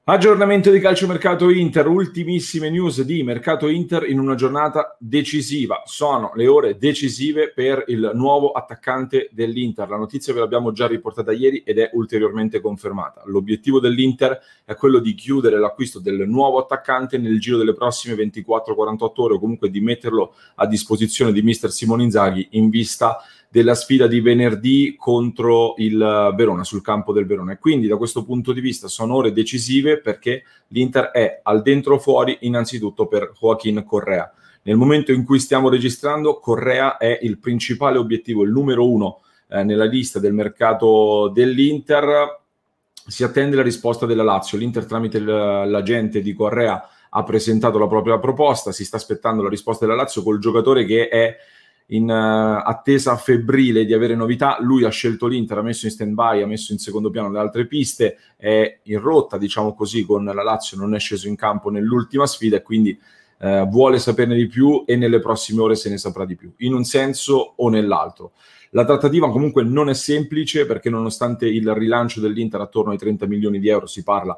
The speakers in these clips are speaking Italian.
Aggiornamento di calciomercato Inter, ultimissime news di mercato Inter in una giornata decisiva. Sono le ore decisive per il nuovo attaccante dell'Inter. La notizia ve l'abbiamo già riportata ieri ed è ulteriormente confermata. L'obiettivo dell'Inter è quello di chiudere l'acquisto del nuovo attaccante nel giro delle prossime 24-48 ore o comunque di metterlo a disposizione di mister Simone Inzaghi in vista della sfida di venerdì contro il Verona, sul campo del Verona. E quindi da questo punto di vista sono ore decisive perché l'Inter è al dentro o fuori innanzitutto per Joaquín Correa. Nel momento in cui stiamo registrando, Correa è il principale obiettivo, il numero uno nella lista del mercato dell'Inter. Si attende la risposta della Lazio. L'Inter tramite l'agente di Correa ha presentato la propria proposta, si sta aspettando la risposta della Lazio col giocatore che è in attesa febbrile di avere novità. Lui ha scelto l'Inter, ha messo in stand-by, ha messo in secondo piano le altre piste, è in rotta, diciamo così, con la Lazio, non è sceso in campo nell'ultima sfida e quindi vuole saperne di più e nelle prossime ore se ne saprà di più, in un senso o nell'altro. La trattativa comunque non è semplice perché nonostante il rilancio dell'Inter attorno ai 30 milioni di euro si parla,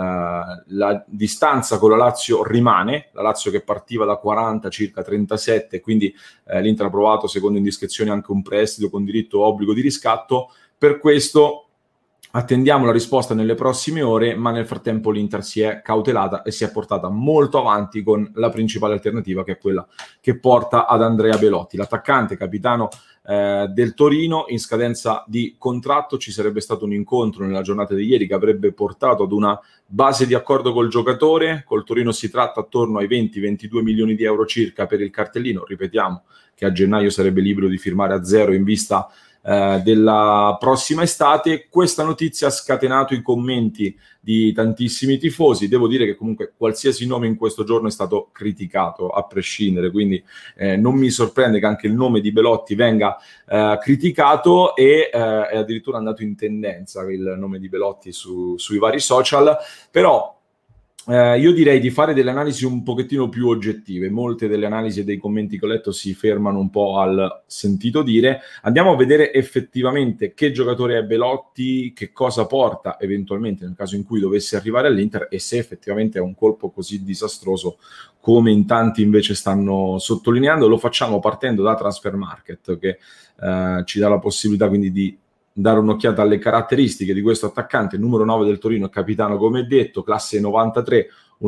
la distanza con la Lazio rimane, la Lazio che partiva da 40 circa 37, quindi l'Inter ha provato secondo indiscrezioni anche un prestito con diritto o obbligo di riscatto. Per questo attendiamo la risposta nelle prossime ore, ma nel frattempo l'Inter si è cautelata e si è portata molto avanti con la principale alternativa, che è quella che porta ad Andrea Belotti, l'attaccante capitano del Torino in scadenza di contratto. Ci sarebbe stato un incontro nella giornata di ieri che avrebbe portato ad una base di accordo col giocatore. Col Torino si tratta attorno ai 20-22 milioni di euro circa per il cartellino. Ripetiamo che a gennaio sarebbe libero di firmare a zero in vista della prossima estate. Questa notizia ha scatenato i commenti di tantissimi tifosi. Devo dire che comunque qualsiasi nome in questo giorno è stato criticato a prescindere, quindi non mi sorprende che anche il nome di Belotti venga criticato e è addirittura andato in tendenza il nome di Belotti sui vari social. Però io direi di fare delle analisi un pochettino più oggettive. Molte delle analisi e dei commenti che ho letto si fermano un po' al sentito dire. Andiamo a vedere effettivamente che giocatore è Belotti, che cosa porta eventualmente nel caso in cui dovesse arrivare all'Inter e se effettivamente è un colpo così disastroso come in tanti invece stanno sottolineando. Lo facciamo partendo da Transfermarkt, che ci dà la possibilità quindi di dare un'occhiata alle caratteristiche di questo attaccante. Numero 9 del Torino, capitano come detto, classe 93,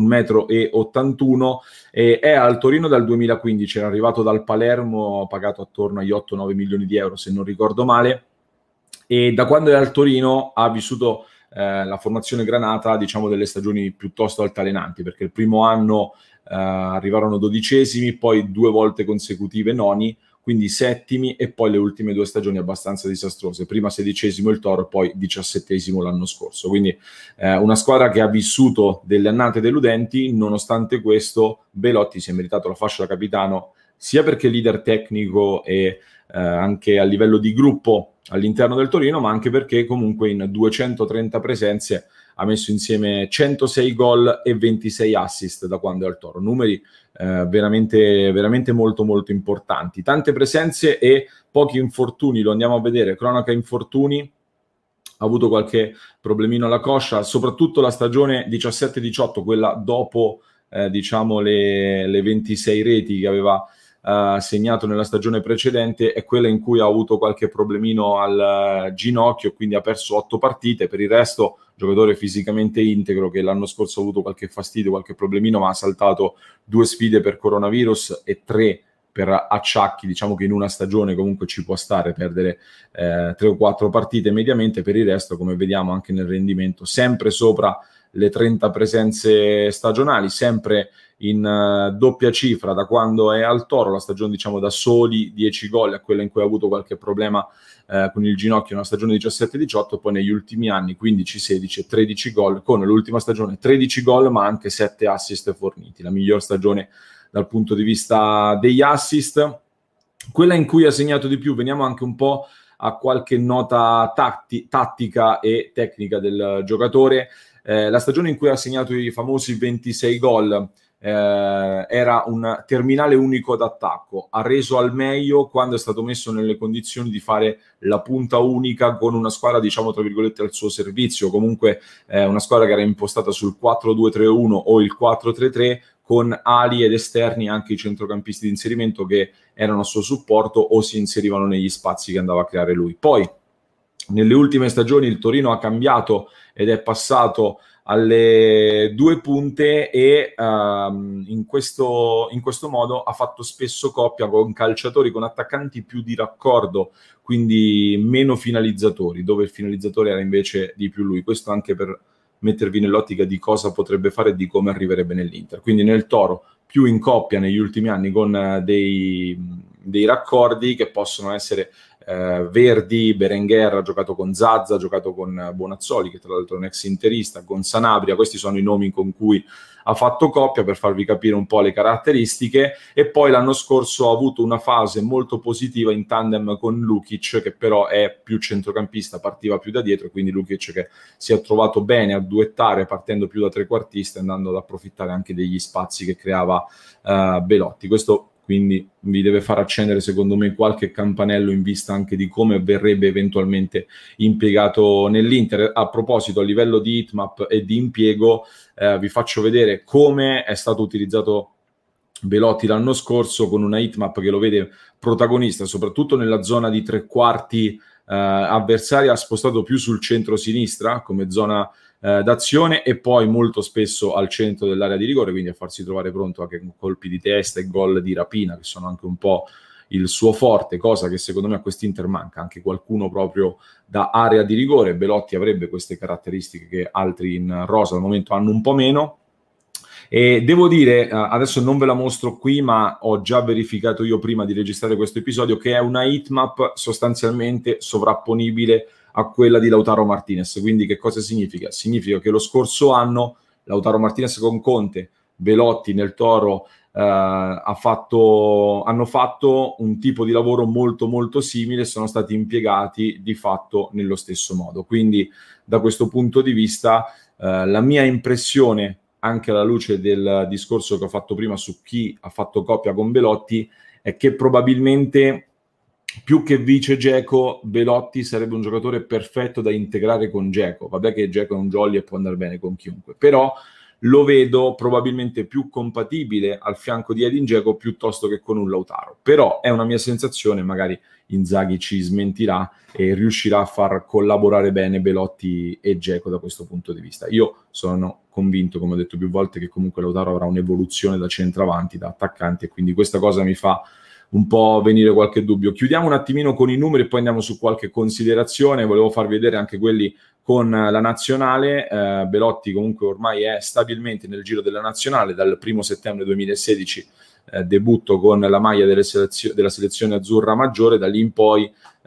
1,81 m, e è al Torino dal 2015, era arrivato dal Palermo pagato attorno agli 8-9 milioni di euro se non ricordo male, e da quando è al Torino ha vissuto la formazione granata, diciamo, delle stagioni piuttosto altalenanti, perché il primo anno arrivarono 12esimi, poi 2 volte consecutive noni, quindi settimi, e poi le ultime 2 stagioni abbastanza disastrose, prima 16esimo il Toro, poi 17esimo l'anno scorso. Quindi una squadra che ha vissuto delle annate deludenti. Nonostante questo Belotti si è meritato la fascia da capitano, sia perché leader tecnico e anche a livello di gruppo all'interno del Torino, ma anche perché comunque in 230 presenze ha messo insieme 106 gol e 26 assist da quando è al Toro. Numeri veramente, veramente molto molto importanti. Tante presenze e pochi infortuni, lo andiamo a vedere. Cronaca infortuni: ha avuto qualche problemino alla coscia, soprattutto la stagione 17-18, quella dopo diciamo le 26 reti che aveva segnato nella stagione precedente, è quella in cui ha avuto qualche problemino al ginocchio, quindi ha perso 8 partite. Per il resto giocatore fisicamente integro, che l'anno scorso ha avuto qualche fastidio, qualche problemino, ma ha saltato 2 sfide per coronavirus e 3 per acciacchi. Diciamo che in una stagione comunque ci può stare perdere 3 o 4 partite mediamente. Per il resto, come vediamo anche nel rendimento, sempre sopra le 30 presenze stagionali, sempre in doppia cifra da quando è al Toro. La stagione, diciamo, da soli 10 gol, è quella in cui ha avuto qualche problema con il ginocchio, una stagione 17-18, poi negli ultimi anni 15-16 e 13 gol, con l'ultima stagione 13 gol ma anche 7 assist forniti, la miglior stagione dal punto di vista degli assist, quella in cui ha segnato di più. Veniamo anche un po' a qualche nota tattica e tecnica del giocatore. La stagione in cui ha segnato i famosi 26 gol era un terminale unico d'attacco, ha reso al meglio quando è stato messo nelle condizioni di fare la punta unica con una squadra, diciamo tra virgolette, al suo servizio, comunque una squadra che era impostata sul 4-2-3-1 o il 4-3-3, con ali ed esterni anche i centrocampisti di inserimento che erano a suo supporto o si inserivano negli spazi che andava a creare lui. Poi nelle ultime stagioni il Torino ha cambiato ed è passato alle due punte e in questo modo ha fatto spesso coppia con calciatori, con attaccanti più di raccordo, quindi meno finalizzatori, dove il finalizzatore era invece di più lui. Questo anche per mettervi nell'ottica di cosa potrebbe fare e di come arriverebbe nell'Inter. Quindi nel Toro più in coppia negli ultimi anni con dei raccordi che possono essere Verdi, Berenguer, ha giocato con Zazza, ha giocato con Bonazzoli, che tra l'altro è un ex interista, con Sanabria. Questi sono i nomi con cui ha fatto coppia, per farvi capire un po' le caratteristiche. E poi l'anno scorso ha avuto una fase molto positiva in tandem con Lukic, che però è più centrocampista, partiva più da dietro, quindi Lukic che si è trovato bene a duettare partendo più da trequartista, andando ad approfittare anche degli spazi che creava Belotti. Questo quindi vi deve far accendere secondo me qualche campanello in vista anche di come verrebbe eventualmente impiegato nell'Inter. A proposito, a livello di heatmap e di impiego, vi faccio vedere come è stato utilizzato Belotti l'anno scorso, con una heatmap che lo vede protagonista soprattutto nella zona di tre quarti avversaria, spostato più sul centro-sinistra come zona d'azione, e poi molto spesso al centro dell'area di rigore, quindi a farsi trovare pronto anche con colpi di testa e gol di rapina, che sono anche un po' il suo forte, cosa che secondo me a quest'Inter manca, anche qualcuno proprio da area di rigore. Belotti avrebbe queste caratteristiche che altri in rosa al momento hanno un po' meno. E devo dire, adesso non ve la mostro qui, ma ho già verificato io prima di registrare questo episodio, che è una heatmap sostanzialmente sovrapponibile a quella di Lautaro Martinez. Quindi che cosa significa? Significa che lo scorso anno Lautaro Martinez con Conte, Belotti nel Toro hanno fatto un tipo di lavoro molto molto simile, sono stati impiegati di fatto nello stesso modo. Quindi da questo punto di vista la mia impressione, anche alla luce del discorso che ho fatto prima su chi ha fatto coppia con Belotti, è che probabilmente più che vice Dzeko, Belotti sarebbe un giocatore perfetto da integrare con Dzeko. Vabbè che Dzeko è un jolly e può andare bene con chiunque, però lo vedo probabilmente più compatibile al fianco di Edin Dzeko piuttosto che con un Lautaro. Però è una mia sensazione, magari Inzaghi ci smentirà e riuscirà a far collaborare bene Belotti e Dzeko da questo punto di vista. Io sono convinto, come ho detto più volte, che comunque Lautaro avrà un'evoluzione da centravanti, da attaccante, e quindi questa cosa mi fa un po' venire qualche dubbio. Chiudiamo un attimino con i numeri e poi andiamo su qualche considerazione. Volevo farvi vedere anche quelli con la nazionale. Belotti comunque ormai è stabilmente nel giro della nazionale dal 1 settembre 2016, debutto con la maglia della selezione azzurra maggiore. Da lì in poi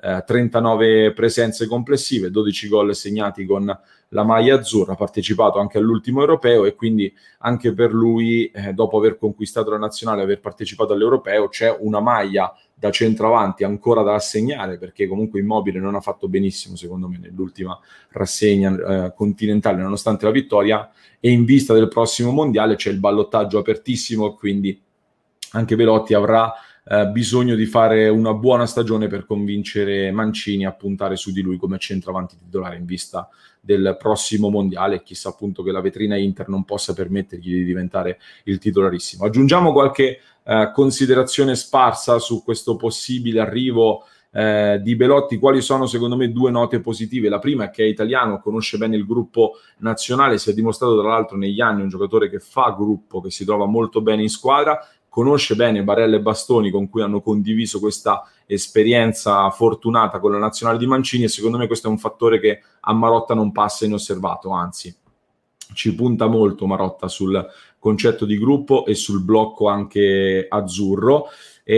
39 presenze complessive, 12 gol segnati con la maglia azzurra, ha partecipato anche all'ultimo europeo, e quindi anche per lui, dopo aver conquistato la nazionale e aver partecipato all'europeo, c'è una maglia da centravanti ancora da assegnare, perché comunque Immobile non ha fatto benissimo secondo me nell'ultima rassegna continentale nonostante la vittoria, e in vista del prossimo mondiale c'è il ballottaggio apertissimo, quindi anche Belotti avrà bisogno di fare una buona stagione per convincere Mancini a puntare su di lui come centravanti titolare in vista del prossimo mondiale. Chissà appunto che la vetrina Inter non possa permettergli di diventare il titolarissimo. Aggiungiamo qualche considerazione sparsa su questo possibile arrivo di Belotti. Quali sono secondo me due note positive? La prima è che è italiano, conosce bene il gruppo nazionale, si è dimostrato tra l'altro negli anni un giocatore che fa gruppo, che si trova molto bene in squadra, conosce bene Barella e Bastoni, con cui hanno condiviso questa esperienza fortunata con la nazionale di Mancini, e secondo me questo è un fattore che a Marotta non passa inosservato, anzi ci punta molto Marotta sul concetto di gruppo e sul blocco anche azzurro.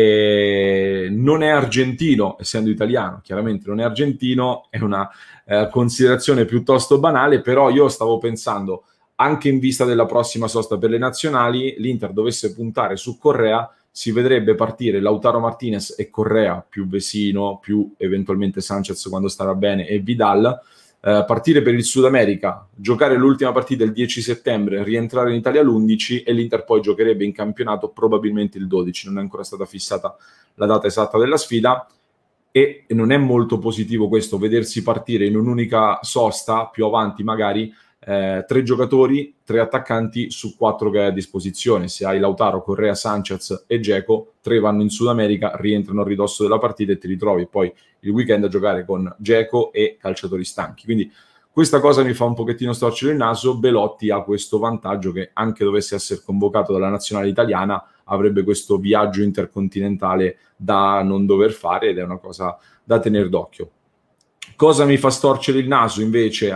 E non è argentino, essendo italiano, chiaramente non è argentino, è una considerazione piuttosto banale, però io stavo pensando, anche in vista della prossima sosta per le nazionali, l'Inter dovesse puntare su Correa, si vedrebbe partire Lautaro Martinez e Correa, più Vesino, più eventualmente Sanchez quando starà bene, e Vidal, partire per il Sud America, giocare l'ultima partita il 10 settembre, rientrare in Italia l'11 e l'Inter poi giocherebbe in campionato probabilmente il 12, non è ancora stata fissata la data esatta della sfida, e non è molto positivo questo, vedersi partire in un'unica sosta, più avanti magari, 3 giocatori, 3 attaccanti su 4 che hai a disposizione. Se hai Lautaro, Correa, Sanchez e Dzeko, 3 vanno in Sud America, rientrano a ridosso della partita e ti ritrovi poi il weekend a giocare con Dzeko e calciatori stanchi. Quindi questa cosa mi fa un pochettino storcere il naso. Belotti ha questo vantaggio che, anche dovesse essere convocato dalla nazionale italiana, avrebbe questo viaggio intercontinentale da non dover fare, ed è una cosa da tenere d'occhio. Cosa mi fa storcere il naso invece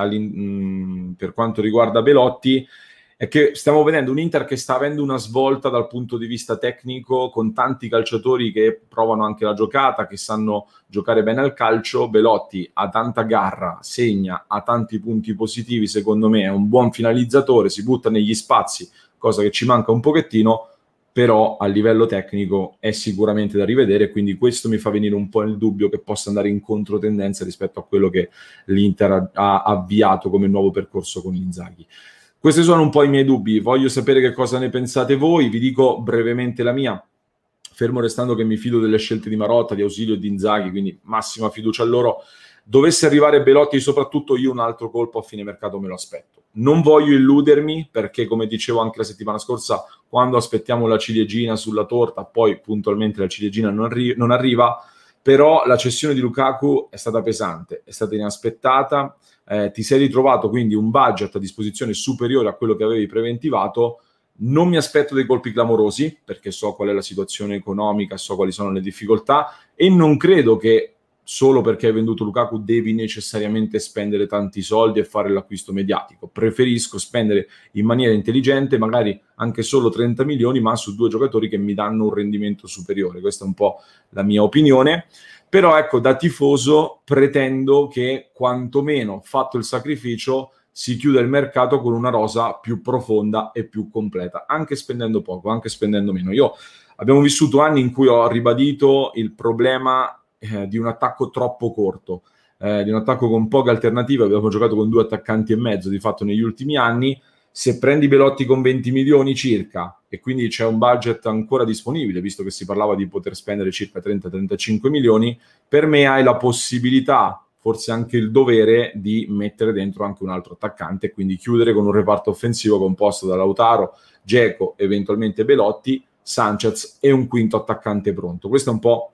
per quanto riguarda Belotti è che stiamo vedendo un Inter che sta avendo una svolta dal punto di vista tecnico, con tanti calciatori che provano anche la giocata, che sanno giocare bene al calcio. Belotti ha tanta garra, segna, ha tanti punti positivi, secondo me è un buon finalizzatore, si butta negli spazi, cosa che ci manca un pochettino, però a livello tecnico è sicuramente da rivedere, quindi questo mi fa venire un po' il dubbio che possa andare in controtendenza rispetto a quello che l'Inter ha avviato come nuovo percorso con Inzaghi. Questi sono un po' i miei dubbi, voglio sapere che cosa ne pensate voi, vi dico brevemente la mia, fermo restando che mi fido delle scelte di Marotta, di Ausilio e di Inzaghi, quindi massima fiducia a loro. Dovesse arrivare Belotti, soprattutto io un altro colpo a fine mercato me lo aspetto. Non voglio illudermi, perché come dicevo anche la settimana scorsa, quando aspettiamo la ciliegina sulla torta, poi puntualmente la ciliegina non arriva, però la cessione di Lukaku è stata pesante, è stata inaspettata, ti sei ritrovato quindi un budget a disposizione superiore a quello che avevi preventivato. Non mi aspetto dei colpi clamorosi, perché so qual è la situazione economica, so quali sono le difficoltà, e non credo che solo perché hai venduto Lukaku devi necessariamente spendere tanti soldi e fare l'acquisto mediatico. Preferisco spendere in maniera intelligente, magari anche solo 30 milioni, ma su 2 giocatori che mi danno un rendimento superiore. Questa è un po' la mia opinione. Però ecco, da tifoso pretendo che quantomeno, fatto il sacrificio, si chiuda il mercato con una rosa più profonda e più completa, anche spendendo poco, anche spendendo meno. Abbiamo vissuto anni in cui ho ribadito il problema di un attacco troppo corto, di un attacco con poche alternative. Abbiamo giocato con 2 attaccanti e mezzo di fatto negli ultimi anni. Se prendi Belotti con 20 milioni circa e quindi c'è un budget ancora disponibile, visto che si parlava di poter spendere circa 30-35 milioni, per me hai la possibilità, forse anche il dovere, di mettere dentro anche un altro attaccante e quindi chiudere con un reparto offensivo composto da Lautaro, Dzeko, eventualmente Belotti, Sanchez e un quinto attaccante pronto. Questo è un po'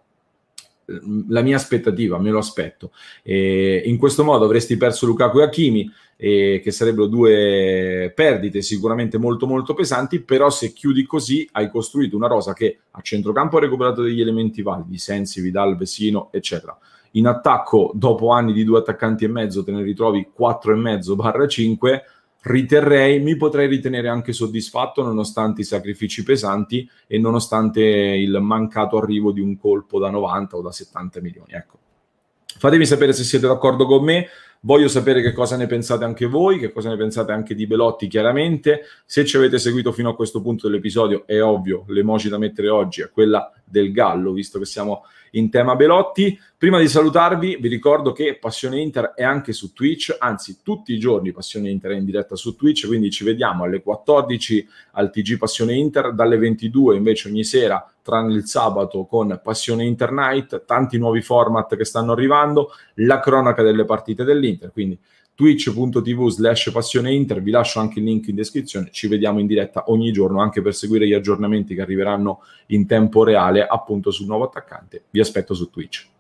la mia aspettativa, me lo aspetto. In questo modo avresti perso Lukaku e Hakimi, che sarebbero 2 perdite sicuramente molto molto pesanti, però se chiudi così hai costruito una rosa che a centrocampo ha recuperato degli elementi validi, Sensi, Vidal, Vesino, eccetera. In attacco, dopo anni di 2 attaccanti e mezzo, te ne ritrovi 4,5/5. Mi potrei ritenere anche soddisfatto nonostante i sacrifici pesanti e nonostante il mancato arrivo di un colpo da 90 o da 70 milioni. Ecco. Fatemi sapere se siete d'accordo con me, voglio sapere che cosa ne pensate anche voi, che cosa ne pensate anche di Belotti chiaramente. Se ci avete seguito fino a questo punto dell'episodio, è ovvio, l'emoji da mettere oggi è quella del gallo, visto che siamo in tema Belotti. Prima di salutarvi vi ricordo che Passione Inter è anche su Twitch, anzi tutti i giorni Passione Inter è in diretta su Twitch, quindi ci vediamo alle 14 al TG Passione Inter, dalle 22 invece ogni sera, tranne il sabato, con Passione Inter Night, tanti nuovi format che stanno arrivando, la cronaca delle partite dell'Inter, quindi twitch.tv/Passione Inter, vi lascio anche il link in descrizione, ci vediamo in diretta ogni giorno anche per seguire gli aggiornamenti che arriveranno in tempo reale appunto sul nuovo attaccante. Vi aspetto su Twitch.